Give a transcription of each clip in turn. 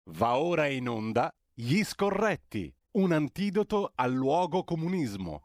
Va ora in onda Gli Scorretti, un antidoto al luogo comunismo.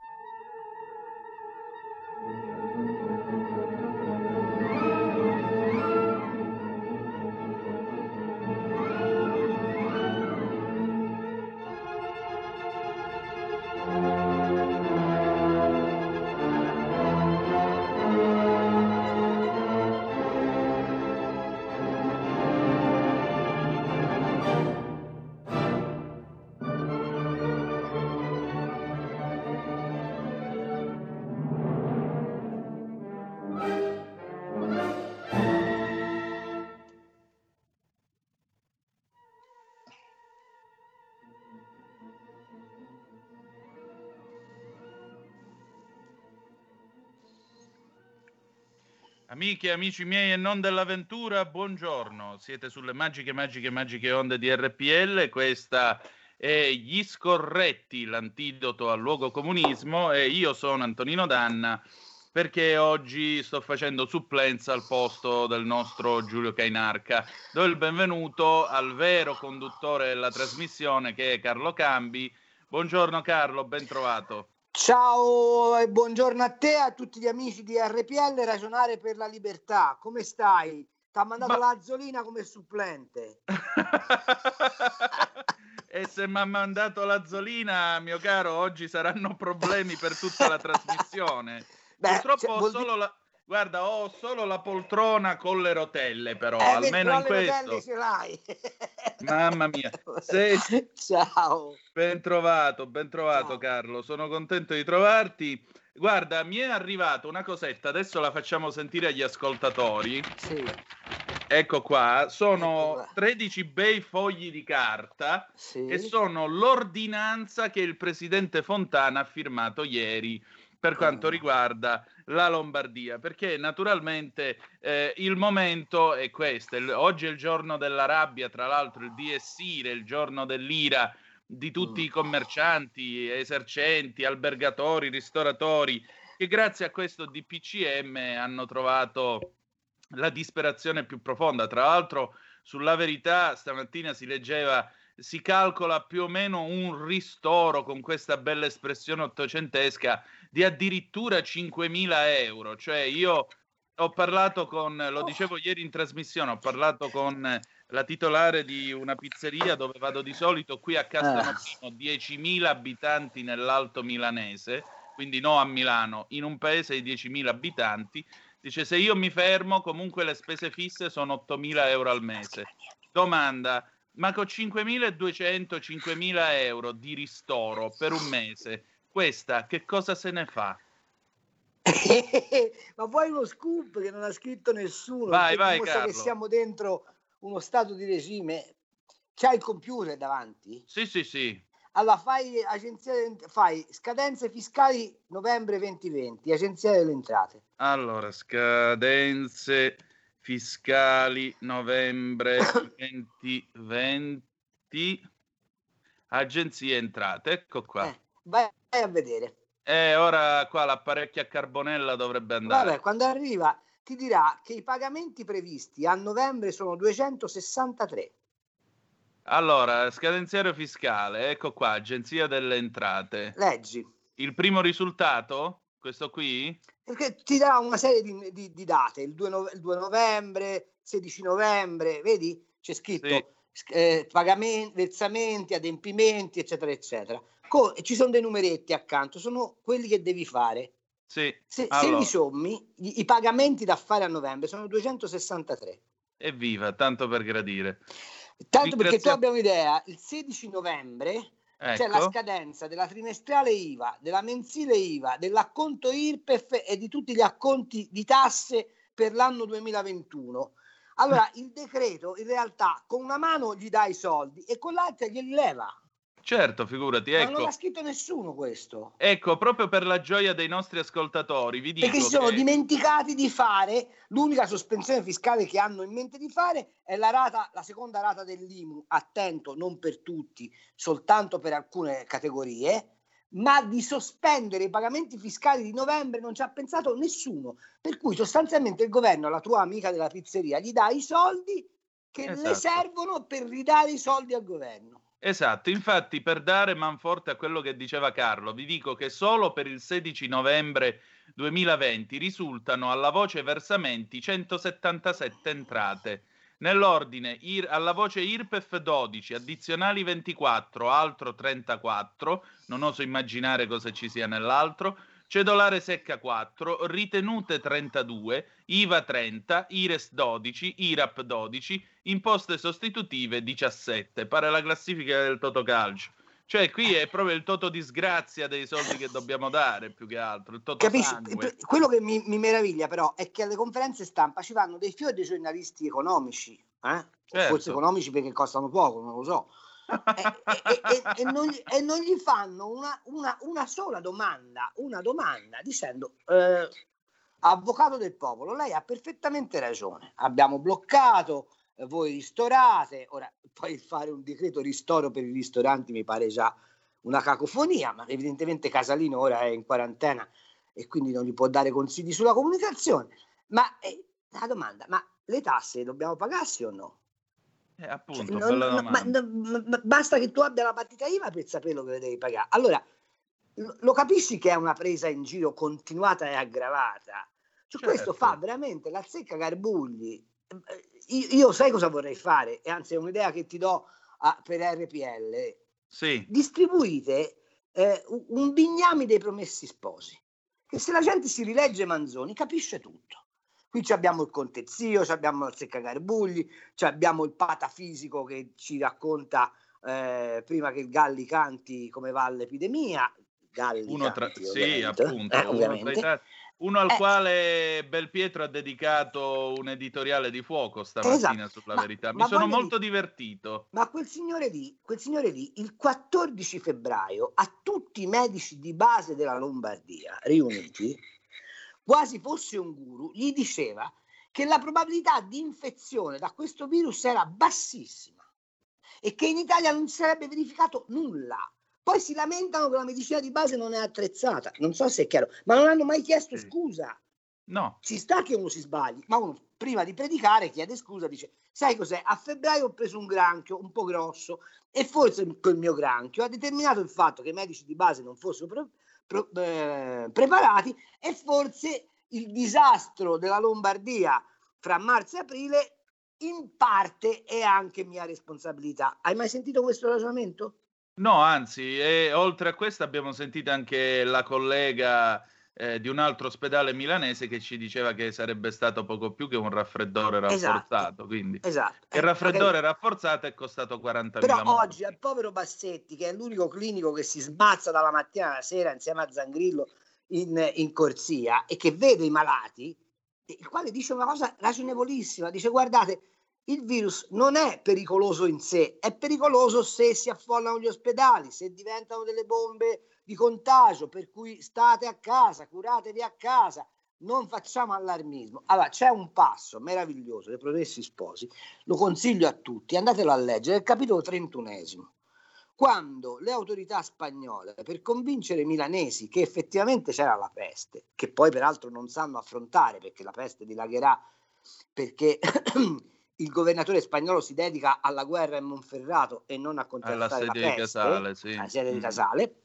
Amiche e amici miei e non dell'avventura, buongiorno. Siete sulle magiche onde di RPL. Questa è Gli Scorretti, l'antidoto al luogo comunismo, e io sono Antonino Danna perché oggi sto facendo supplenza al posto del nostro Giulio Cainarca. Do il benvenuto al vero conduttore della trasmissione, che è Carlo Cambi. Buongiorno Carlo, ben trovato. Ciao e buongiorno a te e a tutti gli amici di RPL Ragionare per la Libertà. Come stai? Ti ha mandato la Azzolina come supplente. E se mi ha mandato la Zolina, mio caro, oggi saranno problemi per tutta la trasmissione. Purtroppo guarda, ho solo la poltrona con le rotelle, però almeno in questo. Ce l'hai. Mamma mia. Ciao. Ben trovato Ciao. Carlo, sono contento di trovarti. Guarda, mi è arrivata una cosetta, adesso la facciamo sentire agli ascoltatori. Sì. Ecco qua, sono 13 bei fogli di carta, sì, che sono l'ordinanza che il presidente Fontana ha firmato ieri per quanto riguarda la Lombardia, perché naturalmente il momento è questo. Oggi è il giorno della rabbia, tra l'altro il Dies Irae, il giorno dell'ira di tutti i commercianti, esercenti, albergatori, ristoratori, che grazie a questo DPCM hanno trovato la disperazione più profonda. Tra l'altro, sulla Verità stamattina si leggeva, si calcola più o meno un ristoro, con questa bella espressione ottocentesca, di addirittura 5.000 euro. Cioè io ho parlato con, lo dicevo ieri in trasmissione, ho parlato con la titolare di una pizzeria dove vado di solito, qui a Castelnuovo, 10.000 abitanti nell'Alto Milanese, quindi no a Milano, in un paese di 10.000 abitanti. Dice, se io mi fermo, comunque le spese fisse sono 8.000 euro al mese. Domanda, ma con 5.200, 5.000 euro di ristoro per un mese, questa che cosa se ne fa? Ma vuoi uno scoop che non ha scritto nessuno? Vai, dimostra Carlo. che siamo dentro uno stato di regime. C'hai il computer davanti? Sì. Allora fai scadenze fiscali novembre 2020, Agenzia delle Entrate. Allora, scadenze fiscali novembre 2020, Agenzia Entrate, ecco qua. Vai a vedere. Ora qua l'apparecchio a carbonella dovrebbe andare. Vabbè, quando arriva ti dirà che i pagamenti previsti a novembre sono 263. Allora, scadenziario fiscale, ecco qua, Agenzia delle Entrate. Leggi. Il primo risultato? Questo qui? Perché ti dà una serie di date, il 2 novembre, 16 novembre, vedi? C'è scritto pagamenti, versamenti, adempimenti, eccetera, eccetera. Ci sono dei numeretti accanto, sono quelli che devi fare. Sì. Se li sommi, i pagamenti da fare a novembre sono 263. Evviva, tanto per gradire. Tanto perché tu abbia un'idea, il 16 novembre c'è la scadenza della trimestrale IVA, della mensile IVA, dell'acconto IRPEF e di tutti gli acconti di tasse per l'anno 2021. Allora il decreto in realtà con una mano gli dà i soldi e con l'altra glieli leva. Certo, figurati, ma non l'ha scritto nessuno questo. Ecco, proprio per la gioia dei nostri ascoltatori, vi dico perché si sono dimenticati di fare, l'unica sospensione fiscale che hanno in mente di fare è la seconda rata dell'IMU, attento, non per tutti, soltanto per alcune categorie, ma di sospendere i pagamenti fiscali di novembre non ci ha pensato nessuno, per cui sostanzialmente il governo alla tua amica della pizzeria gli dà i soldi che le servono per ridare i soldi al governo. Esatto, infatti per dare manforte a quello che diceva Carlo, vi dico che solo per il 16 novembre 2020 risultano alla voce versamenti 177 entrate. Nell'ordine alla voce IRPEF 12, addizionali 24, altro 34, non oso immaginare cosa ci sia nell'altro, cedolare secca 4, ritenute 32, IVA 30, IRES 12, IRAP 12, imposte sostitutive 17. Pare la classifica del Totocalcio. Cioè qui è proprio il toto disgrazia dei soldi che dobbiamo dare, più che altro, il toto sangue. Quello che mi meraviglia però è che alle conferenze stampa ci vanno dei fiori dei giornalisti economici, certo. Forse economici perché costano poco, non lo so. e non gli fanno una sola domanda, dicendo avvocato del popolo, lei ha perfettamente ragione, abbiamo bloccato, voi ristorate, ora poi fare un decreto ristoro per i ristoranti mi pare già una cacofonia, ma evidentemente Casalino ora è in quarantena e quindi non gli può dare consigli sulla comunicazione, ma la domanda, ma le tasse dobbiamo pagarsi o no? Appunto, basta che tu abbia la partita IVA per sapere che le devi pagare. Allora, lo capisci che è una presa in giro continuata e aggravata? Certo. Questo fa veramente la zecca Garbugli. Io sai cosa vorrei fare? E anzi è un'idea che ti do per RPL. Sì. Distribuite un bignami dei Promessi Sposi, che se la gente si rilegge Manzoni capisce tutto. Qui abbiamo il Contezio, abbiamo il Seccagarbugli, abbiamo il patafisico che ci racconta prima che il Galli canti come va l'epidemia. Uno al quale Belpietro ha dedicato un editoriale di fuoco stamattina, sulla verità. Mi sono molto divertito. Ma quel signore lì, il 14 febbraio, a tutti i medici di base della Lombardia riuniti, quasi fosse un guru, gli diceva che la probabilità di infezione da questo virus era bassissima e che in Italia non si sarebbe verificato nulla. Poi si lamentano che la medicina di base non è attrezzata, non so se è chiaro, ma non hanno mai chiesto scusa. No. Ci sta che uno si sbagli, ma uno prima di predicare chiede scusa, dice: sai cos'è? A febbraio ho preso un granchio un po' grosso e forse quel mio granchio ha determinato il fatto che i medici di base non fossero preparati e forse il disastro della Lombardia fra marzo e aprile in parte è anche mia responsabilità. Hai mai sentito questo ragionamento? No, anzi, oltre a questo abbiamo sentito anche la collega di un altro ospedale milanese che ci diceva che sarebbe stato poco più che un raffreddore rafforzato. Esatto, quindi esatto. Il raffreddore rafforzato è costato 40.000 Però morti. oggi al povero Bassetti, che è l'unico clinico che si smazza dalla mattina alla sera insieme a Zangrillo in corsia e che vede i malati, il quale dice una cosa ragionevolissima, dice: guardate, il virus non è pericoloso in sé, è pericoloso se si affollano gli ospedali, se diventano delle bombe di contagio, per cui state a casa, curatevi a casa, non facciamo allarmismo. Allora, c'è un passo meraviglioso dei Promessi Sposi, lo consiglio a tutti, andatelo a leggere, il capitolo 31, quando le autorità spagnole, per convincere i milanesi che effettivamente c'era la peste, che poi peraltro non sanno affrontare perché la peste dilagherà, perché il governatore spagnolo si dedica alla guerra in Monferrato e non a contrastare la peste, Casale, sì. alla sede di Casale.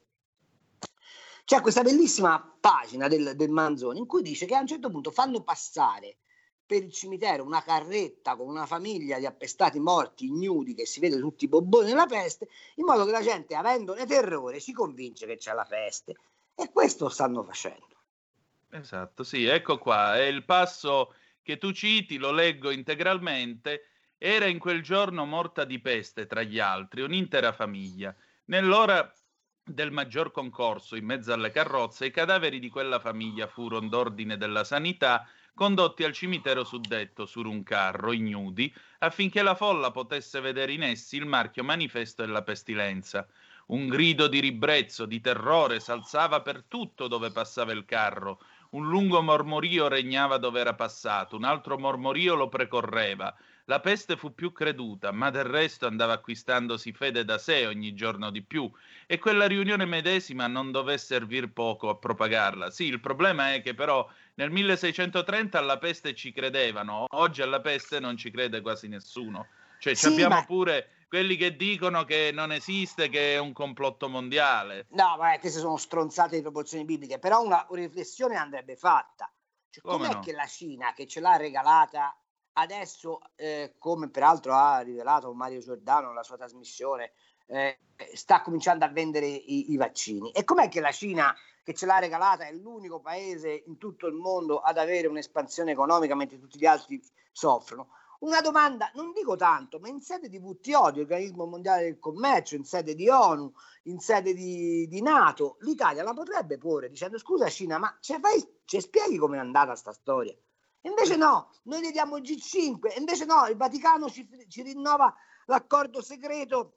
C'è questa bellissima pagina del Manzoni in cui dice che a un certo punto fanno passare per il cimitero una carretta con una famiglia di appestati morti ignudi che si vede tutti i bobboni della peste, in modo che la gente, avendone terrore, si convince che c'è la peste. E questo stanno facendo. Esatto, sì, ecco qua, è il passo che tu citi, lo leggo integralmente. Era in quel giorno morta di peste, tra gli altri, un'intera famiglia. Nell'ora del maggior concorso, in mezzo alle carrozze, i cadaveri di quella famiglia furono, d'ordine della sanità, condotti al cimitero suddetto su un carro, ignudi, affinché la folla potesse vedere in essi il marchio manifesto della pestilenza. Un grido di ribrezzo, di terrore s'alzava per tutto dove passava il carro. Un lungo mormorio regnava dove era passato, un altro mormorio lo precorreva. La peste fu più creduta, ma del resto andava acquistandosi fede da sé ogni giorno di più, e quella riunione medesima non doveva servir poco a propagarla. Sì, il problema è che però nel 1630 alla peste ci credevano, oggi alla peste non ci crede quasi nessuno. Cioè, sì, abbiamo pure quelli che dicono che non esiste, che è un complotto mondiale. No, ma queste sono stronzate di proporzioni bibliche, però una riflessione andrebbe fatta. Cioè, com'è che la Cina, che ce l'ha regalata adesso, come peraltro ha rivelato Mario Giordano nella sua trasmissione, sta cominciando a vendere i vaccini? E com'è che la Cina, che ce l'ha regalata, è l'unico paese in tutto il mondo ad avere un'espansione economica mentre tutti gli altri soffrono? Una domanda, non dico tanto, ma in sede di WTO, di Organismo Mondiale del Commercio, in sede di ONU, in sede di NATO, l'Italia la potrebbe porre dicendo: scusa Cina, ma ci spieghi com'è andata sta storia? E invece no, noi le diamo G5, e invece no, il Vaticano ci rinnova l'accordo segreto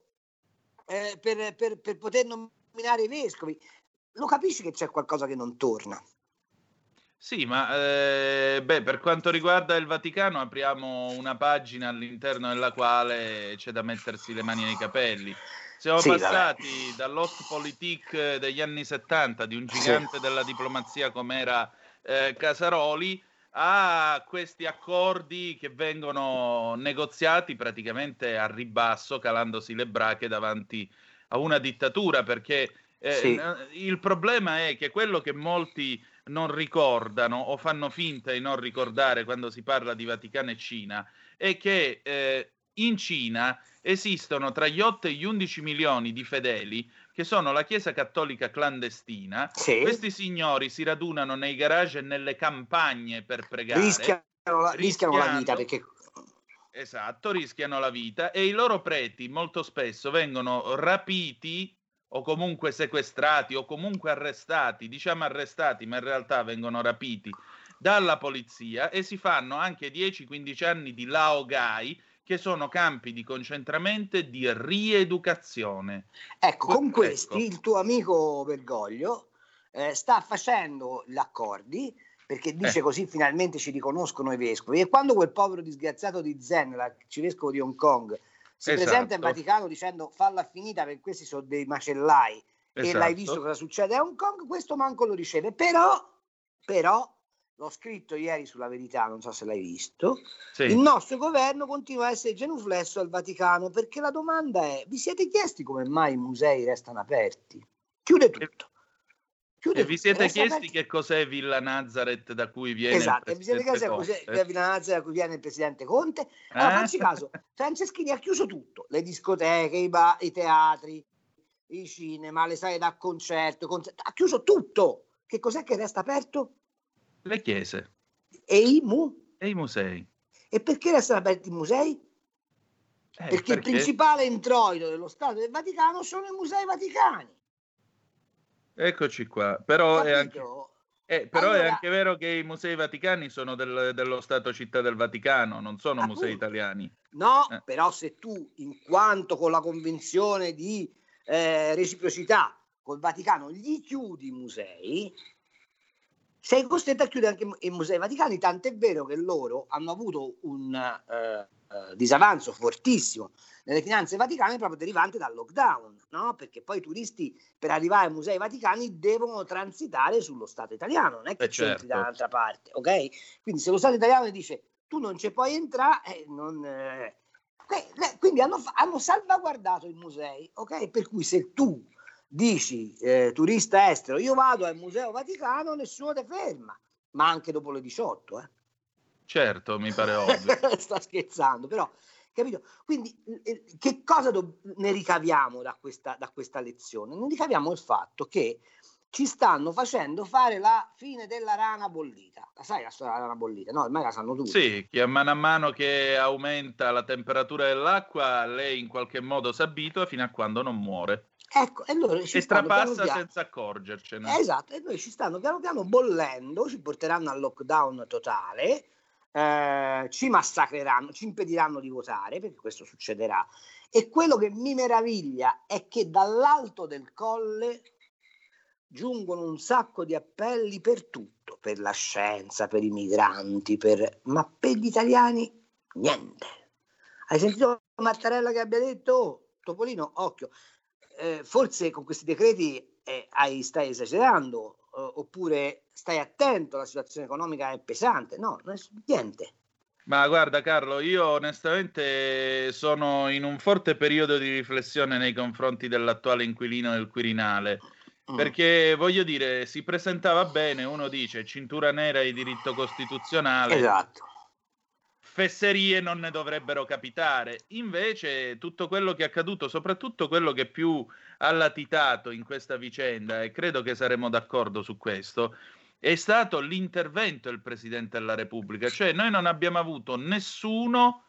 per poter nominare i vescovi. Lo capisci che c'è qualcosa che non torna? Sì, ma per quanto riguarda il Vaticano apriamo una pagina all'interno della quale c'è da mettersi le mani nei capelli. Siamo passati dall'Ostpolitik degli anni 70, di un gigante della diplomazia come era Casaroli, a questi accordi che vengono negoziati praticamente a ribasso, calandosi le brache davanti a una dittatura, perché il problema è che quello che molti non ricordano o fanno finta di non ricordare quando si parla di Vaticano e Cina è che in Cina esistono tra gli 8 e gli 11 milioni di fedeli che sono la Chiesa Cattolica clandestina. Questi signori si radunano nei garage e nelle campagne per pregare, rischiano la vita, perché esatto, rischiano la vita, e i loro preti molto spesso vengono rapiti o comunque sequestrati o comunque arrestati, diciamo arrestati, ma in realtà vengono rapiti dalla polizia, e si fanno anche 10-15 anni di laogai, che sono campi di concentramento e di rieducazione. Ecco, con questi il tuo amico Bergoglio sta facendo gli accordi, perché dice così finalmente ci riconoscono i vescovi, e quando quel povero disgraziato di Zen, l'arcivescovo di Hong Kong, si presenta in Vaticano dicendo falla finita perché questi sono dei macellai, e l'hai visto cosa succede a Hong Kong, questo manco lo riceve. Però l'ho scritto ieri sulla Verità, non so se l'hai visto, il nostro governo continua a essere genuflesso al Vaticano, perché la domanda è: vi siete chiesti come mai i musei restano aperti? Chiude tutto. E vi siete chiesti che cos'è Villa Nazareth da cui viene il presidente vi siete chiesti cos'è Villa Nazareth da cui viene il presidente Conte? Allora facci caso, Franceschini ha chiuso tutto, le discoteche, i teatri, i cinema, le sale da concerto, ha chiuso tutto. Che cos'è che resta aperto? Le chiese. E i musei. E perché restano aperti i musei? Perché il principale introito dello Stato del Vaticano sono i musei vaticani. Eccoci qua, però è anche è anche vero che i musei vaticani sono dello Stato Città del Vaticano, non sono musei italiani. No, però se tu, in quanto con la convenzione di reciprocità col Vaticano gli chiudi i musei, sei costretto a chiudere anche i musei vaticani, tant'è vero che loro hanno avuto un disavanzo fortissimo nelle finanze vaticane proprio derivante dal lockdown, no? Perché poi i turisti per arrivare ai musei vaticani devono transitare sullo Stato italiano, non è che c'entri dall'altra parte, ok? Quindi se lo Stato italiano dice tu non ci puoi entrare, quindi hanno salvaguardato i musei, ok? Per cui se tu dici turista estero, io vado al Museo Vaticano, nessuno ti ferma, ma anche dopo le 18, Certo, mi pare ovvio. Sto scherzando, però, capito? Quindi che cosa ne ricaviamo da questa lezione? Ne ricaviamo il fatto che ci stanno facendo fare la fine della rana bollita. La sai la storia della rana bollita? No, ormai la sanno tutti. Sì, che a mano che aumenta la temperatura dell'acqua, lei in qualche modo si abitua fino a quando non muore. Ecco, e loro ci stanno trapassa senza accorgercene. Esatto, e noi ci stanno piano piano bollendo, ci porteranno al lockdown totale, ci massacreranno, ci impediranno di votare, perché questo succederà. E quello che mi meraviglia è che dall'alto del colle giungono un sacco di appelli per tutto, per la scienza, per i migranti, ma per gli italiani niente. Hai sentito Mattarella che abbia detto: oh, Topolino, occhio, forse con questi decreti stai esagerando, oppure stai attento, la situazione economica è pesante. No, niente. Ma guarda Carlo, io onestamente sono in un forte periodo di riflessione nei confronti dell'attuale inquilino del Quirinale, perché voglio dire, si presentava bene, uno dice cintura nera e diritto costituzionale. Esatto. Fesserie non ne dovrebbero capitare. Invece tutto quello che è accaduto, soprattutto quello che più ha latitato in questa vicenda, e credo che saremo d'accordo su questo, è stato l'intervento del Presidente della Repubblica. Cioè noi non abbiamo avuto nessuno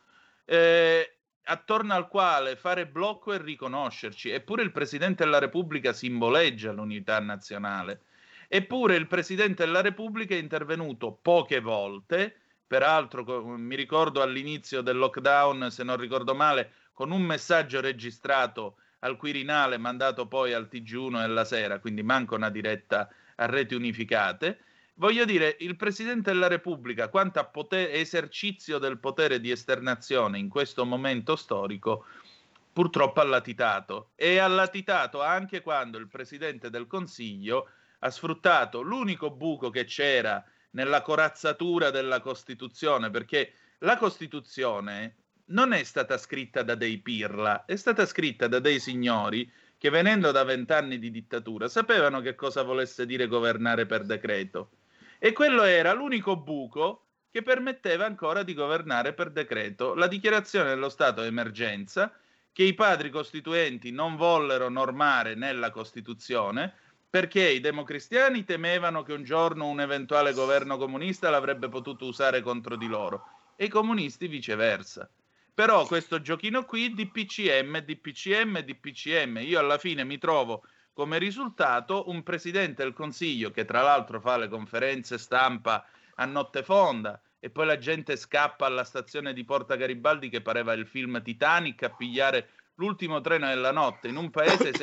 attorno al quale fare blocco e riconoscerci. Eppure il Presidente della Repubblica simboleggia l'unità nazionale. Eppure il Presidente della Repubblica è intervenuto poche volte. Peraltro mi ricordo all'inizio del lockdown, se non ricordo male, con un messaggio registrato al Quirinale, mandato poi al TG1 e alla Sera, quindi manca una diretta a reti unificate. Voglio dire, il Presidente della Repubblica, quanto a esercizio del potere di esternazione in questo momento storico, purtroppo ha latitato. E ha latitato anche quando il Presidente del Consiglio ha sfruttato l'unico buco che c'era nella corazzatura della Costituzione, perché la Costituzione non è stata scritta da dei pirla, è stata scritta da dei signori che, venendo da 20 anni di dittatura, sapevano che cosa volesse dire governare per decreto. E quello era l'unico buco che permetteva ancora di governare per decreto. La dichiarazione dello stato d'emergenza, che i padri costituenti non vollero normare nella Costituzione, perché i democristiani temevano che un giorno un eventuale governo comunista l'avrebbe potuto usare contro di loro, e i comunisti viceversa. Però questo giochino qui, DPCM, DPCM, DPCM, io alla fine mi trovo come risultato un Presidente del Consiglio che tra l'altro fa le conferenze stampa a notte fonda, e poi la gente scappa alla stazione di Porta Garibaldi, che pareva il film Titanic, a pigliare l'ultimo treno della notte in un paese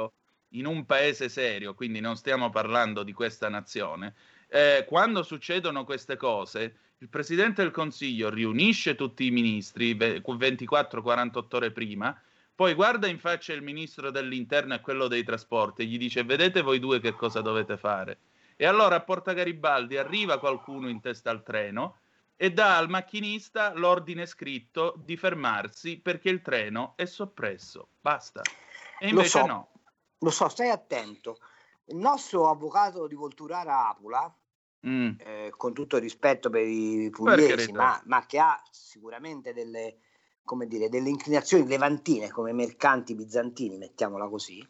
serio, quindi non stiamo parlando di questa nazione. Quando succedono queste cose, il Presidente del Consiglio riunisce tutti i ministri 24-48 ore prima, poi guarda in faccia il Ministro dell'Interno e quello dei trasporti e gli dice: vedete voi due che cosa dovete fare? E allora a Porta Garibaldi arriva qualcuno in testa al treno e dà al macchinista l'ordine scritto di fermarsi perché il treno è soppresso. Basta. E invece no. Lo so, stai attento. Il nostro avvocato di Volturara Apula, con tutto il rispetto per i pugliesi, ma che ha sicuramente delle inclinazioni levantine come mercanti bizantini, mettiamola così,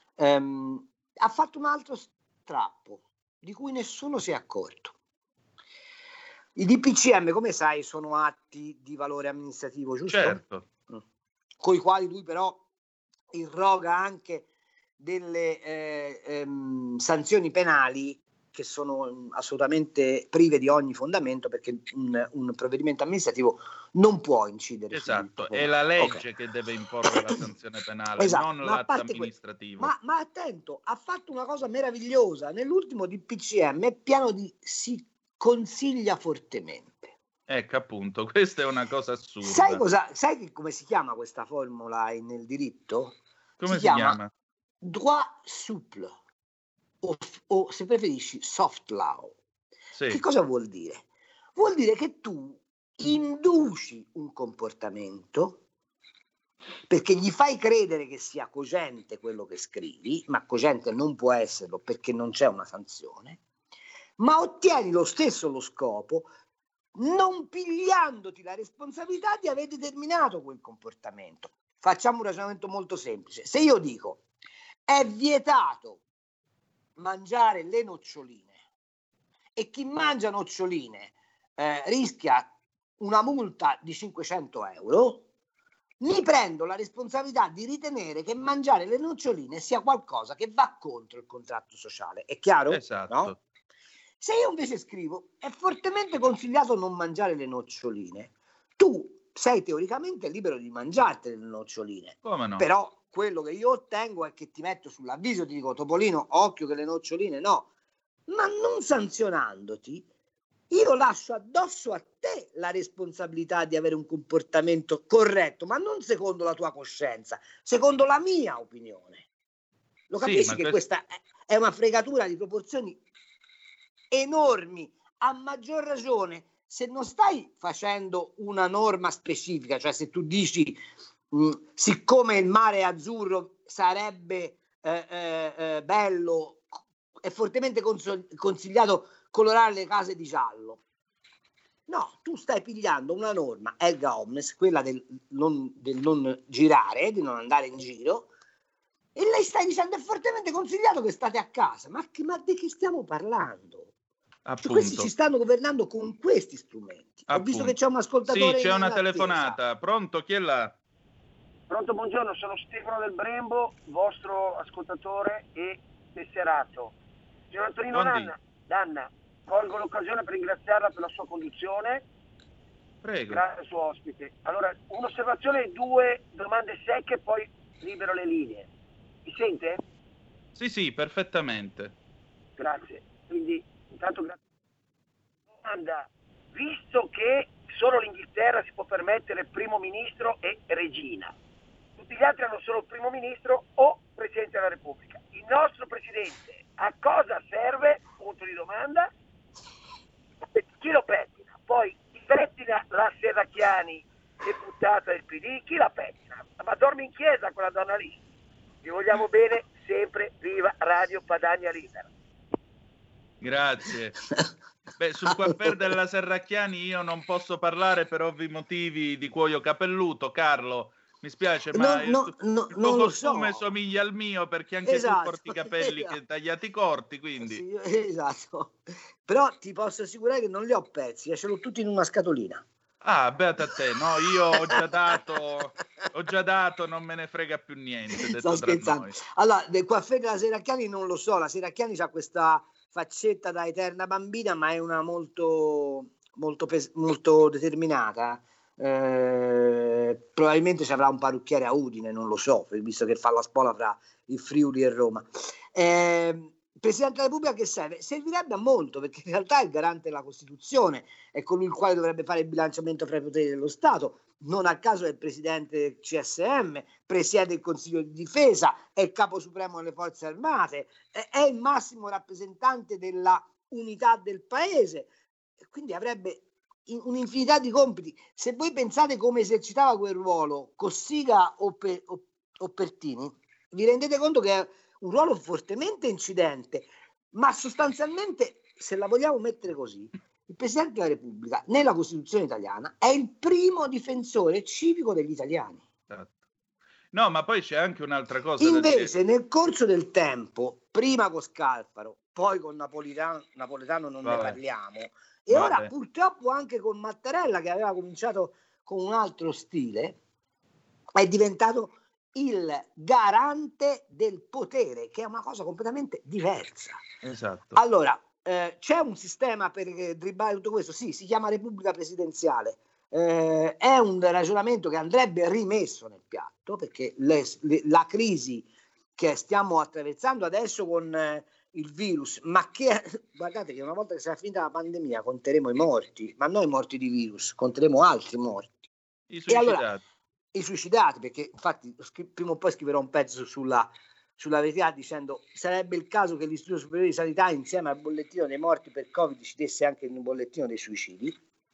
ha fatto un altro strappo di cui nessuno si è accorto. I DPCM, come sai, sono atti di valore amministrativo, giusto? Certo. Con i quali lui però irroga anche delle sanzioni penali che sono assolutamente prive di ogni fondamento, perché un provvedimento amministrativo non può incidere. Esatto, è la legge che deve imporre la sanzione penale, esatto, non l'atto amministrativo. Ma attento, ha fatto una cosa meravigliosa. Nell'ultimo DPCM è pieno di si consiglia fortemente. Ecco, appunto, questa è una cosa assurda. Sai come si chiama questa formula nel diritto? Come si chiama? Droit souple, o se preferisci soft law. Sì. Che cosa vuol dire? Vuol dire che tu induci un comportamento perché gli fai credere che sia cogente quello che scrivi, ma cogente non può esserlo perché non c'è una sanzione, ma ottieni lo stesso lo scopo non pigliandoti la responsabilità di aver determinato quel comportamento. Facciamo un ragionamento molto semplice. Se io dico è vietato mangiare le noccioline e chi mangia noccioline rischia una multa di 500 euro, mi prendo la responsabilità di ritenere che mangiare le noccioline sia qualcosa che va contro il contratto sociale. È chiaro? Esatto. No? Se io invece scrivo è fortemente consigliato non mangiare le noccioline, tu sei teoricamente libero di mangiarti le noccioline. Come no? Però quello che io ottengo è che ti metto sull'avviso, ti dico: Topolino, occhio che le noccioline no. Ma non sanzionandoti, io lascio addosso a te la responsabilità di avere un comportamento corretto, ma non secondo la tua coscienza, secondo la mia opinione. Lo capisci che questa è una fregatura di proporzioni enormi, a maggior ragione se non stai facendo una norma specifica, cioè se tu dici siccome il mare è azzurro sarebbe bello, è fortemente consigliato colorare le case di giallo. No, tu stai pigliando una norma erga omnes, quella del non girare, di non andare in giro, e lei stai dicendo è fortemente consigliato che state a casa. Ma di che stiamo parlando? Cioè, questi ci stanno governando con questi strumenti. Appunto. Ho visto che c'è un ascoltatore. Sì, c'è una telefonata. Pronto? Chi è là? Pronto, buongiorno, sono Stefano del Brembo, vostro ascoltatore e tesserato. Signor Antonino Danna, colgo l'occasione per ringraziarla per la sua conduzione. Prego. Grazie al suo ospite. Allora, un'osservazione e 2 domande secche, poi libero le linee. Mi sente? Sì, perfettamente. Grazie. Quindi, intanto grazie. Domanda, visto che solo l'Inghilterra si può permettere primo ministro e regina, tutti gli altri hanno solo primo ministro o Presidente della Repubblica. Il nostro Presidente a cosa serve? Punto di domanda. Chi lo pettina? Poi chi pettina la Serracchiani, deputata del PD? Chi la pettina? Ma dorme in chiesa quella donna lì. Vi vogliamo bene, sempre viva Radio Padania Libera. Grazie. Beh, sul coiffeur della Serracchiani io non posso parlare per ovvi motivi di cuoio capelluto, Carlo. Mi spiace, ma il tuo costume somiglia al mio, perché anche tu porti i capelli tagliati corti, quindi. Sì, esatto. Però ti posso assicurare che non li ho persi, ce l'ho tutti in una scatolina. Ah, beata a te, no, io ho già dato, non me ne frega più niente. Sto scherzando. Noi. Allora, del coiffeur della Serracchiani non lo so, la Serracchiani c'ha questa faccetta da eterna bambina, ma è una molto determinata. Probabilmente ci avrà un parrucchiere a Udine, non lo so, visto che fa la spola fra il Friuli e Roma. Presidente della Repubblica che serve? Servirebbe a molto, perché in realtà è il garante della Costituzione, è colui il quale dovrebbe fare il bilanciamento fra i poteri dello Stato. Non a caso è il presidente del CSM, presiede il Consiglio di Difesa, è il capo supremo delle forze armate, è il massimo rappresentante della unità del paese, quindi avrebbe un'infinità di compiti. Se voi pensate come esercitava quel ruolo Cossiga o Pertini, vi rendete conto che è un ruolo fortemente incidente, ma sostanzialmente, se la vogliamo mettere così, il Presidente della Repubblica nella Costituzione italiana è il primo difensore civico degli italiani. No, ma poi c'è anche un'altra cosa. Invece nel corso del tempo, prima con Scalfaro, poi con Napoletano non ne parliamo, e ora purtroppo anche con Mattarella, che aveva cominciato con un altro stile, è diventato il garante del potere, che è una cosa completamente diversa. Esatto. Allora, c'è un sistema per dribblare tutto questo? Sì, si chiama Repubblica Presidenziale. È un ragionamento che andrebbe rimesso nel piatto, perché la crisi che stiamo attraversando adesso con il virus, ma che guardate che una volta che sarà finita la pandemia conteremo i morti, ma non i morti di virus, conteremo altri morti. I suicidati. E allora, i suicidati, perché infatti prima o poi scriverò un pezzo sulla verità dicendo sarebbe il caso che l'Istituto Superiore di Sanità insieme al bollettino dei morti per Covid ci desse anche il bollettino dei suicidi.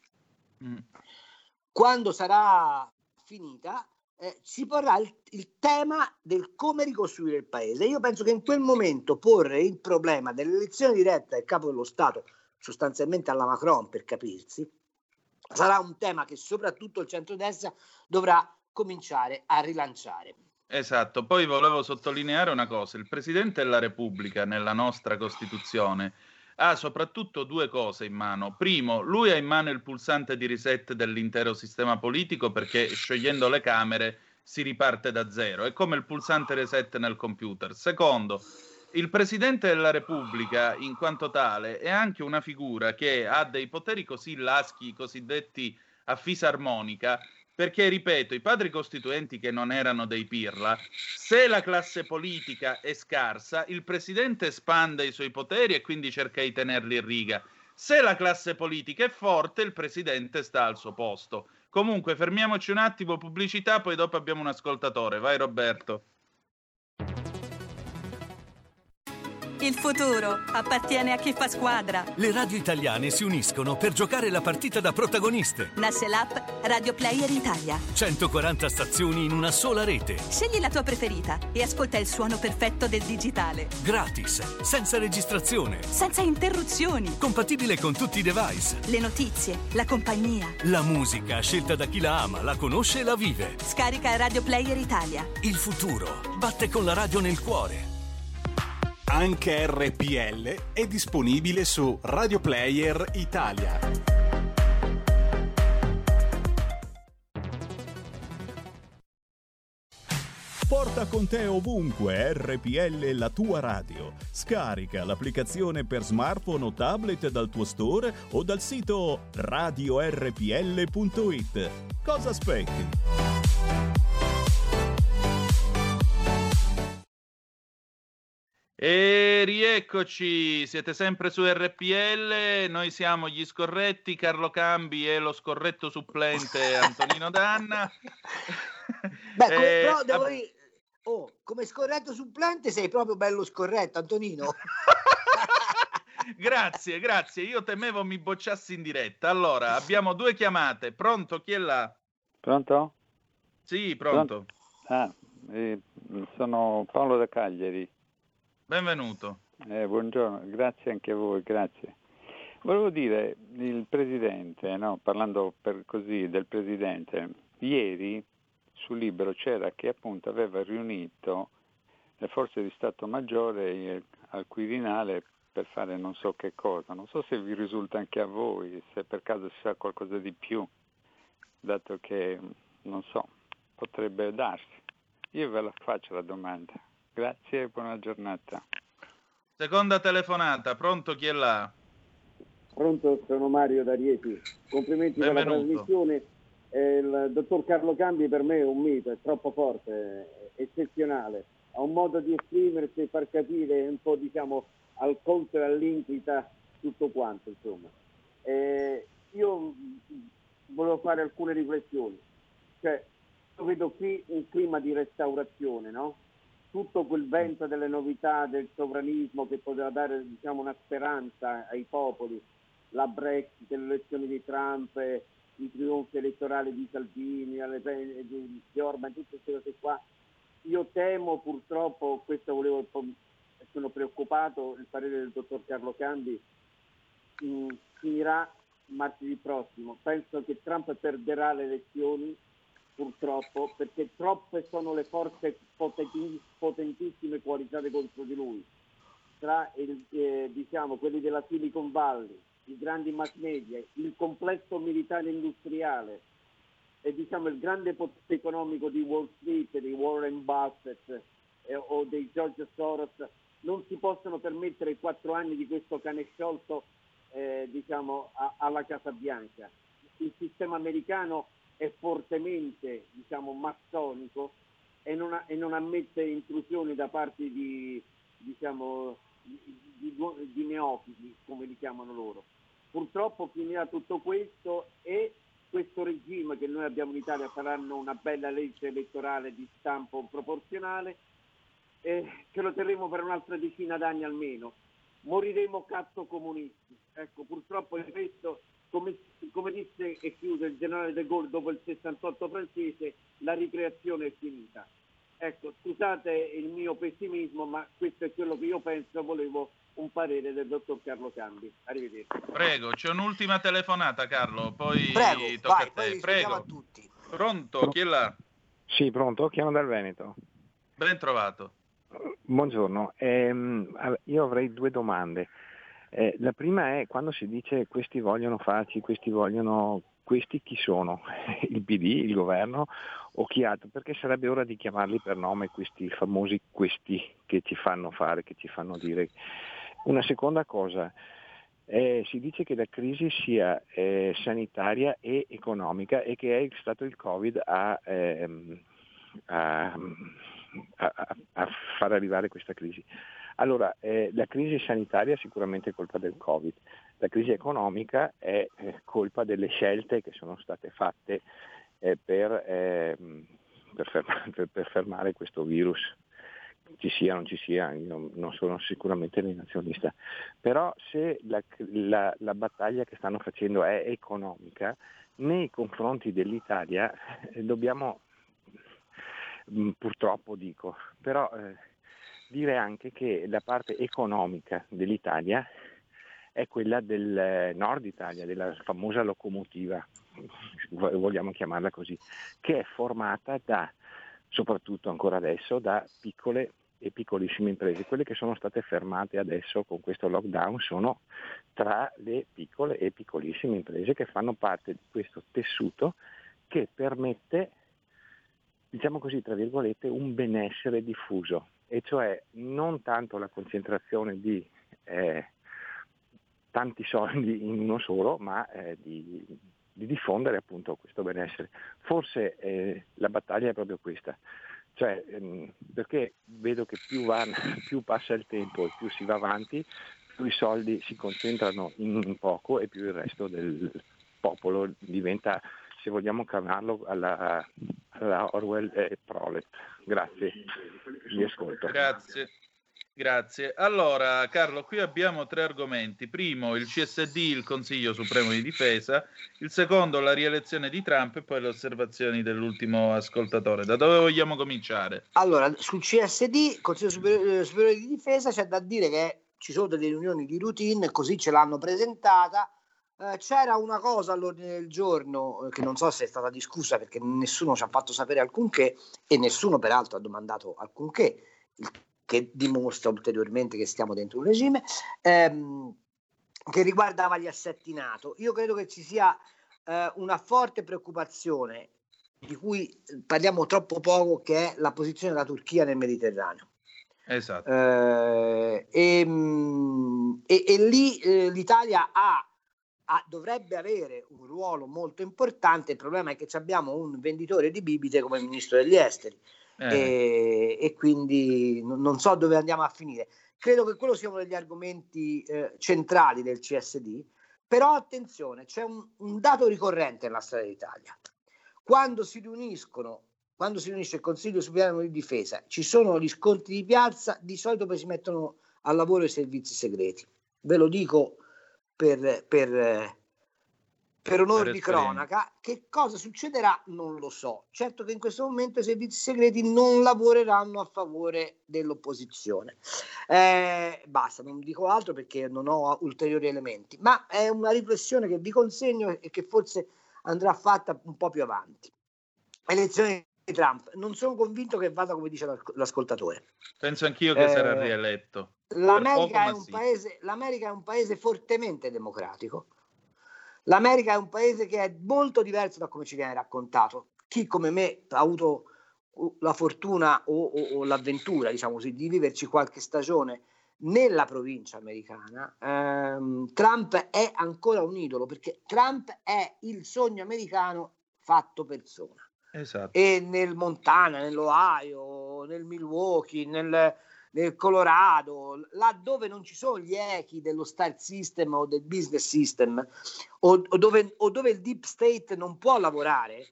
Quando sarà finita si porrà il tema del come ricostruire il paese. Io penso che in quel momento porre il problema dell'elezione diretta del capo dello Stato, sostanzialmente alla Macron per capirsi, sarà un tema che soprattutto il centrodestra dovrà cominciare a rilanciare. Esatto, poi volevo sottolineare una cosa: il Presidente della Repubblica nella nostra Costituzione ha soprattutto due cose in mano. Primo, lui ha in mano il pulsante di reset dell'intero sistema politico, perché sciogliendo le Camere si riparte da zero, è come il pulsante reset nel computer. Secondo, il Presidente della Repubblica in quanto tale è anche una figura che ha dei poteri così laschi, cosiddetti a fisarmonica, perché, ripeto, i padri costituenti, che non erano dei pirla, se la classe politica è scarsa, il presidente espande i suoi poteri e quindi cerca di tenerli in riga. Se la classe politica è forte, il presidente sta al suo posto. Comunque, fermiamoci un attimo, pubblicità, poi dopo abbiamo un ascoltatore. Vai Roberto. Il futuro appartiene a chi fa squadra. Le radio italiane si uniscono per giocare la partita da protagoniste. Nasce l'app Radio Player Italia. 140 stazioni in una sola rete. Scegli la tua preferita e ascolta il suono perfetto del digitale. Gratis, senza registrazione. Senza interruzioni. Compatibile con tutti i device. Le notizie, la compagnia. La musica scelta da chi la ama, la conosce e la vive. Scarica Radio Player Italia. Il futuro batte con la radio nel cuore. Anche RPL è disponibile su Radio Player Italia. Porta con te ovunque RPL, la tua radio. Scarica l'applicazione per smartphone o tablet dal tuo store o dal sito radiorpl.it. Cosa aspetti? E rieccoci, siete sempre su RPL, noi siamo gli scorretti, Carlo Cambi e lo scorretto supplente Antonino Danna. Beh, però come scorretto supplente sei proprio bello scorretto, Antonino. Grazie, io temevo mi bocciassi in diretta. Allora, abbiamo 2 chiamate, pronto? Chi è là? Pronto? Sì, pronto. Sono Paolo da Cagliari. Benvenuto. Buongiorno, grazie anche a voi, grazie. Volevo dire, il Presidente, parlando del Presidente, ieri su Libero c'era che appunto aveva riunito le forze di Stato Maggiore al Quirinale per fare non so che cosa. Non so se vi risulta anche a voi, se per caso si sa qualcosa di più, dato che, non so, potrebbe darsi. Io ve la faccio la domanda. Grazie e buona giornata. Seconda telefonata, pronto, chi è là? Pronto, sono Mario da Rieti. Complimenti per la trasmissione. Il dottor Carlo Cambi per me è un mito, è troppo forte, è eccezionale. Ha un modo di esprimersi e far capire un po', al conto e all'inquita tutto quanto, insomma. Io volevo fare alcune riflessioni. Cioè, io vedo qui un clima di restaurazione, no? Tutto quel vento delle novità, del sovranismo che poteva dare una speranza ai popoli, la Brexit, le elezioni di Trump, i trionfi elettorali di Salvini, di Orban, tutte queste cose qua. Io temo purtroppo, sono preoccupato, il parere del dottor Carlo Cambi finirà martedì prossimo. Penso che Trump perderà le elezioni, purtroppo, perché troppe sono le forze potentissime coalizzate contro di lui, tra quelli della Silicon Valley, i grandi mass media, il complesso militare industriale e il grande potere economico di Wall Street, di Warren Buffett o di George Soros. Non si possono permettere i 4 anni di questo cane sciolto alla Casa Bianca. Il sistema americano è fortemente massonico e non ammette intrusioni da parte di neofiti, come li chiamano loro. Purtroppo finirà tutto questo e questo regime che noi abbiamo in Italia faranno una bella legge elettorale di stampo proporzionale che lo terremo per un'altra decina d'anni almeno. Moriremo cazzo comunisti. Ecco, purtroppo è questo. Come disse e chiuse il generale De Gaulle dopo il 68 francese, la ricreazione è finita. Ecco, scusate il mio pessimismo, ma questo è quello che io penso. Volevo un parere del dottor Carlo Cambi. Arrivederci. Prego, c'è un'ultima telefonata, Carlo, poi tocca a te. Prego. A tutti. Pronto, chi è là? Sì, pronto, chiamo dal Veneto. Ben trovato. Buongiorno, io avrei 2 domande. La prima è, quando si dice questi vogliono farci, questi chi sono? Il PD, il governo o chi altro? Perché sarebbe ora di chiamarli per nome questi famosi che ci fanno fare, che ci fanno dire. Una seconda cosa, si dice che la crisi sia sanitaria e economica e che è stato il Covid a far arrivare questa crisi. Allora, la crisi sanitaria è sicuramente colpa del Covid, la crisi economica è colpa delle scelte che sono state fatte per fermare questo virus ci sia o non ci sia, io non sono sicuramente negazionista, però se la battaglia che stanno facendo è economica, nei confronti dell'Italia dobbiamo, purtroppo dico, però dire anche che la parte economica dell'Italia è quella del nord Italia, della famosa locomotiva, vogliamo chiamarla così, che è formata soprattutto ancora adesso, da piccole e piccolissime imprese. Quelle che sono state fermate adesso con questo lockdown sono tra le piccole e piccolissime imprese che fanno parte di questo tessuto che permette, diciamo così, tra virgolette, un benessere diffuso, e cioè non tanto la concentrazione di tanti soldi in uno solo, ma di diffondere appunto questo benessere. Forse la battaglia è proprio questa, cioè perché vedo che più passa il tempo e più si va avanti, più i soldi si concentrano in poco e più il resto del popolo diventa, se vogliamo chiamarlo, alla Orwell e Prolet. Grazie, vi ascolto. Grazie. Allora, Carlo, qui abbiamo 3 argomenti. Primo, il CSD, il Consiglio Supremo di Difesa. Il secondo, la rielezione di Trump, e poi le osservazioni dell'ultimo ascoltatore. Da dove vogliamo cominciare? Allora, sul CSD, Consiglio Superiore di Difesa, c'è da dire che ci sono delle riunioni di routine, così ce l'hanno presentata. C'era una cosa all'ordine del giorno che non so se è stata discussa, perché nessuno ci ha fatto sapere alcunché e nessuno peraltro ha domandato alcunché, che dimostra ulteriormente che stiamo dentro un regime, che riguardava gli assetti NATO. Io credo che ci sia una forte preoccupazione di cui parliamo troppo poco, che è la posizione della Turchia nel Mediterraneo. Esatto. E lì l'Italia dovrebbe avere un ruolo molto importante. Il problema è che abbiamo un venditore di bibite come ministro degli esteri. E quindi non so dove andiamo a finire. Credo che quello sia uno degli argomenti centrali del CSD, però attenzione, c'è un dato ricorrente nella storia d'Italia. Quando si riunisce il Consiglio Supremo di Difesa, ci sono gli scontri di piazza, di solito poi si mettono al lavoro i servizi segreti. Ve lo dico per onore di cronaca. Che cosa succederà non lo so. Certo che in questo momento i servizi segreti non lavoreranno a favore dell'opposizione. Basta, non dico altro perché non ho ulteriori elementi, ma è una riflessione che vi consegno e che forse andrà fatta un po' più avanti. Elezione di Trump, non sono convinto che vada come dice l'ascoltatore. Penso anch'io che sarà rieletto. L'America è un paese fortemente democratico. L'America è un paese che è molto diverso da come ci viene raccontato. Chi come me ha avuto la fortuna o l'avventura, diciamo così, di viverci qualche stagione nella provincia americana, Trump è ancora un idolo, perché Trump è il sogno americano fatto persona. Esatto. E nel Montana, nell'Ohio, nel Milwaukee, nel Colorado, là dove non ci sono gli echi dello star system o del business system, o dove il deep state non può lavorare,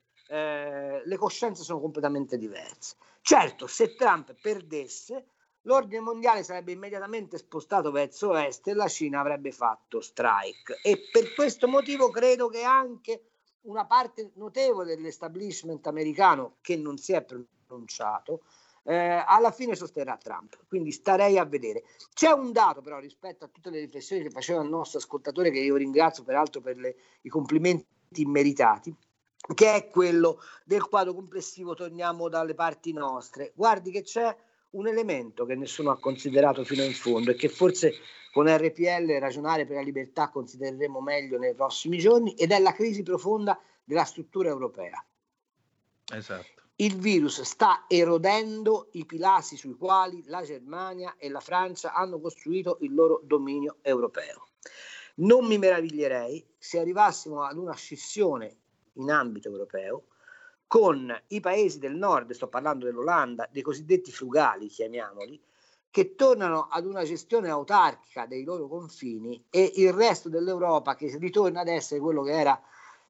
le coscienze sono completamente diverse. Certo, se Trump perdesse, l'ordine mondiale sarebbe immediatamente spostato verso est e la Cina avrebbe fatto strike, e per questo motivo credo che anche una parte notevole dell'establishment americano, che non si è pronunciato, alla fine sosterrà Trump, quindi starei a vedere. C'è un dato però rispetto a tutte le riflessioni che faceva il nostro ascoltatore, che io ringrazio peraltro per i complimenti immeritati, che è quello del quadro complessivo. Torniamo dalle parti nostre. Guardi che c'è un elemento che nessuno ha considerato fino in fondo e che forse con RPL, Ragionare per la Libertà, considereremo meglio nei prossimi giorni, ed è la crisi profonda della struttura europea. Esatto. Il virus sta erodendo i pilastri sui quali la Germania e la Francia hanno costruito il loro dominio europeo. Non mi meraviglierei se arrivassimo ad una scissione in ambito europeo con i paesi del nord, sto parlando dell'Olanda, dei cosiddetti frugali, chiamiamoli, che tornano ad una gestione autarchica dei loro confini, e il resto dell'Europa che ritorna ad essere quello che era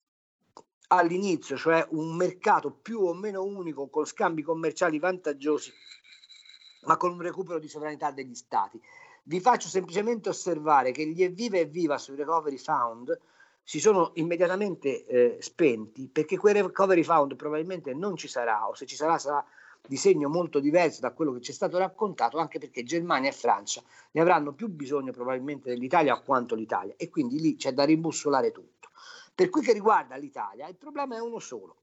all'inizio, cioè un mercato più o meno unico con scambi commerciali vantaggiosi ma con un recupero di sovranità degli stati. Vi faccio semplicemente osservare che gli evviva e viva sui recovery fund si sono immediatamente spenti, perché quel recovery fund probabilmente non ci sarà, o se ci sarà sarà di segno molto diverso da quello che ci è stato raccontato, anche perché Germania e Francia ne avranno più bisogno probabilmente dell'Italia quanto l'Italia, e quindi lì c'è da rimbussolare tutto. Per cui che riguarda l'Italia, il problema è uno solo,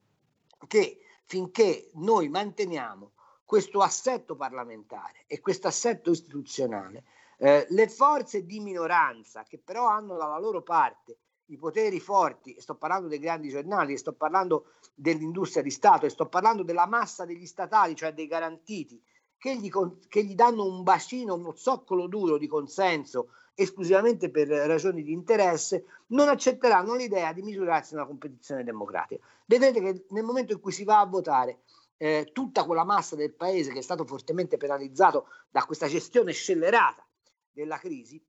che finché noi manteniamo questo assetto parlamentare e questo assetto istituzionale, le forze di minoranza che però hanno dalla loro parte i poteri forti, e sto parlando dei grandi giornali, e sto parlando dell'industria di Stato, e sto parlando della massa degli statali, cioè dei garantiti, che gli danno un bacino, uno zoccolo duro di consenso esclusivamente per ragioni di interesse, non accetteranno l'idea di misurarsi nella competizione democratica. Vedete che nel momento in cui si va a votare tutta quella massa del paese che è stato fortemente penalizzato da questa gestione scellerata della crisi,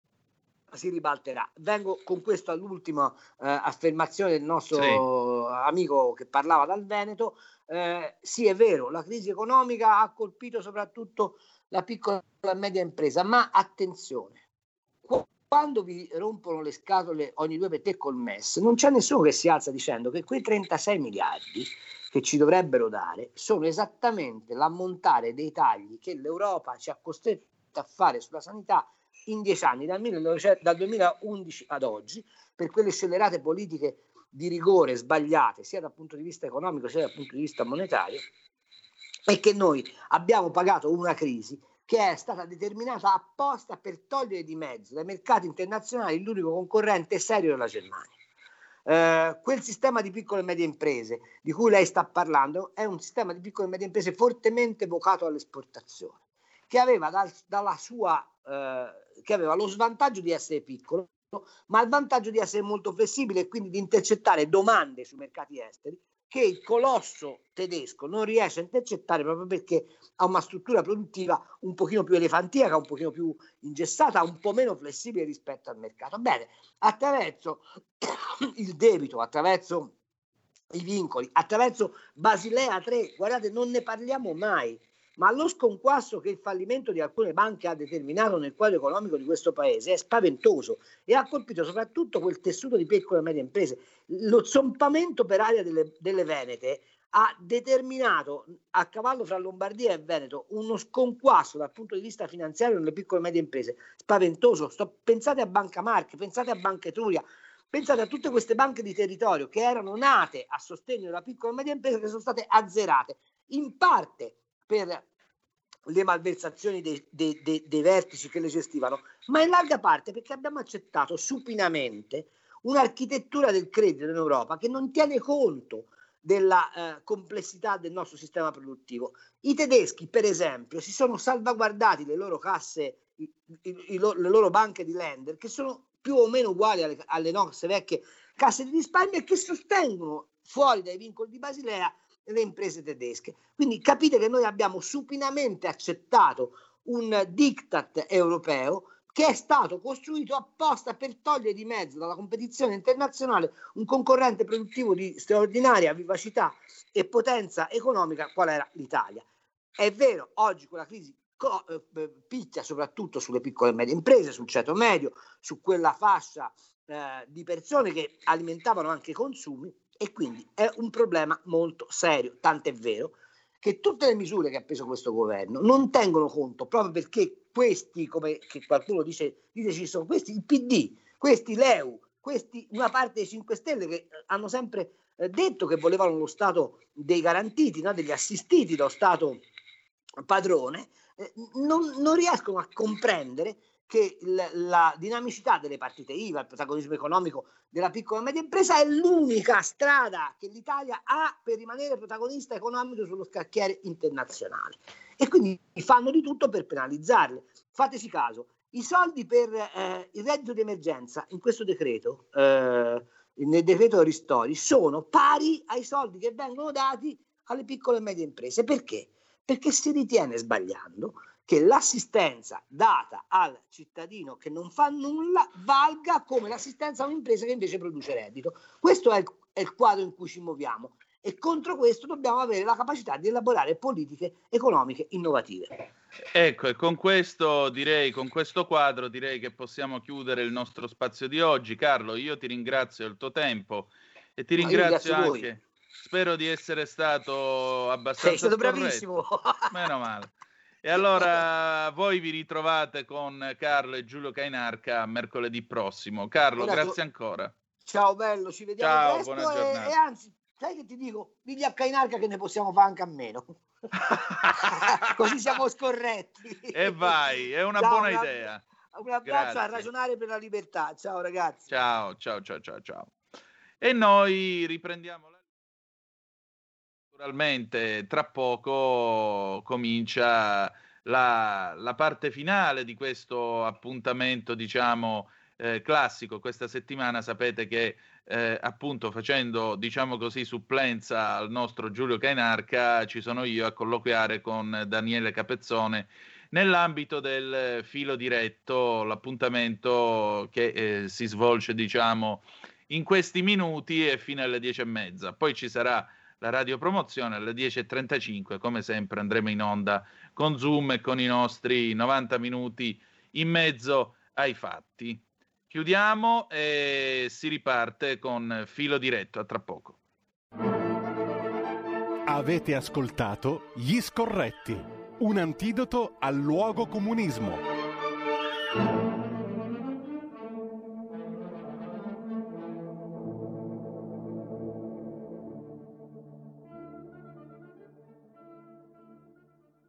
si ribalterà. Vengo con questo all'ultima affermazione del nostro amico che parlava dal Veneto. Sì, è vero, la crisi economica ha colpito soprattutto la piccola e media impresa, ma attenzione, quando vi rompono le scatole ogni 2 per 3 col MES, non c'è nessuno che si alza dicendo che quei 36 miliardi che ci dovrebbero dare sono esattamente l'ammontare dei tagli che l'Europa ci ha costretto a fare sulla sanità in 10 anni, dal 2011 ad oggi, per quelle scellerate politiche di rigore sbagliate sia dal punto di vista economico sia dal punto di vista monetario, e che noi abbiamo pagato una crisi che è stata determinata apposta per togliere di mezzo dai mercati internazionali l'unico concorrente serio della Germania. Quel sistema di piccole e medie imprese di cui lei sta parlando è un sistema di piccole e medie imprese fortemente vocato all'esportazione, che aveva che aveva lo svantaggio di essere piccolo, ma il vantaggio di essere molto flessibile e quindi di intercettare domande sui mercati esteri che il colosso tedesco non riesce a intercettare, proprio perché ha una struttura produttiva un pochino più elefantiaca, un pochino più ingessata, un po' meno flessibile rispetto al mercato. Bene, attraverso il debito, attraverso i vincoli, attraverso Basilea 3, guardate, non ne parliamo mai, ma lo sconquasso che il fallimento di alcune banche ha determinato nel quadro economico di questo paese è spaventoso e ha colpito soprattutto quel tessuto di piccole e medie imprese. Lo zompamento per aria delle Venete ha determinato, a cavallo fra Lombardia e Veneto, uno sconquasso dal punto di vista finanziario nelle piccole e medie imprese spaventoso. Pensate a Banca Marche, pensate a Banca Etruria, pensate a tutte queste banche di territorio che erano nate a sostegno della piccola e media impresa, che sono state azzerate in parte per le malversazioni dei vertici che le gestivano, ma in larga parte perché abbiamo accettato supinamente un'architettura del credito in Europa che non tiene conto della complessità del nostro sistema produttivo. I tedeschi, per esempio, si sono salvaguardati le loro casse, le loro banche di Länder, che sono più o meno uguali alle nostre vecchie casse di risparmio e che sostengono fuori dai vincoli di Basilea le imprese tedesche. Quindi capite che noi abbiamo supinamente accettato un diktat europeo che è stato costruito apposta per togliere di mezzo dalla competizione internazionale un concorrente produttivo di straordinaria vivacità e potenza economica qual era l'Italia. È vero, oggi quella crisi picchia soprattutto sulle piccole e medie imprese, sul ceto medio, su quella fascia di persone che alimentavano anche i consumi, e quindi è un problema molto serio, tant'è vero che tutte le misure che ha preso questo governo non tengono conto, proprio perché questi, come che qualcuno dice ci sono questi, il PD, questi l'EU, questi una parte dei 5 Stelle che hanno sempre detto che volevano lo Stato dei garantiti, no? Degli assistiti dallo Stato padrone, non riescono a comprendere che la dinamicità delle partite IVA, il protagonismo economico della piccola e media impresa è l'unica strada che l'Italia ha per rimanere protagonista economico sullo scacchiere internazionale, e quindi fanno di tutto per penalizzarle. Fateci caso, i soldi per il reddito di emergenza in questo decreto, nel decreto ristori, sono pari ai soldi che vengono dati alle piccole e medie imprese. Perché? Perché si ritiene, sbagliando, che l'assistenza data al cittadino che non fa nulla valga come l'assistenza a un'impresa che invece produce reddito. Questo è il quadro in cui ci muoviamo, e contro questo dobbiamo avere la capacità di elaborare politiche economiche innovative. Ecco, e con questo con questo quadro direi che possiamo chiudere il nostro spazio di oggi. Carlo, io ti ringrazio del tuo tempo e ti ringrazio anche voi. Spero di essere stato abbastanza Sei stato bravissimo. Meno male. E allora voi vi ritrovate con Carlo e Giulio Cainarca mercoledì prossimo. Carlo, grazie ancora. Ciao bello, ci vediamo presto e anzi, sai che ti dico? Digli a Cainarca che ne possiamo fare anche a meno. Così siamo scorretti. E vai, è una buona idea. Un abbraccio a Ragionare per la Libertà. Ciao ragazzi. Ciao. E noi riprendiamo naturalmente tra poco comincia la parte finale di questo appuntamento, diciamo, classico. Questa settimana sapete che appunto facendo, diciamo così, supplenza al nostro Giulio Cainarca, ci sono io a colloquiare con Daniele Capezzone nell'ambito del Filo Diretto, l'appuntamento che si svolge, diciamo, in questi minuti e fino alle 10:30. Poi ci sarà la radiopromozione alle 10:35, come sempre andremo in onda con Zoom e con i nostri 90 minuti in mezzo ai fatti. Chiudiamo e si riparte con Filo Diretto. A tra poco. Avete ascoltato Gli Scorretti, un antidoto al luogo comunismo.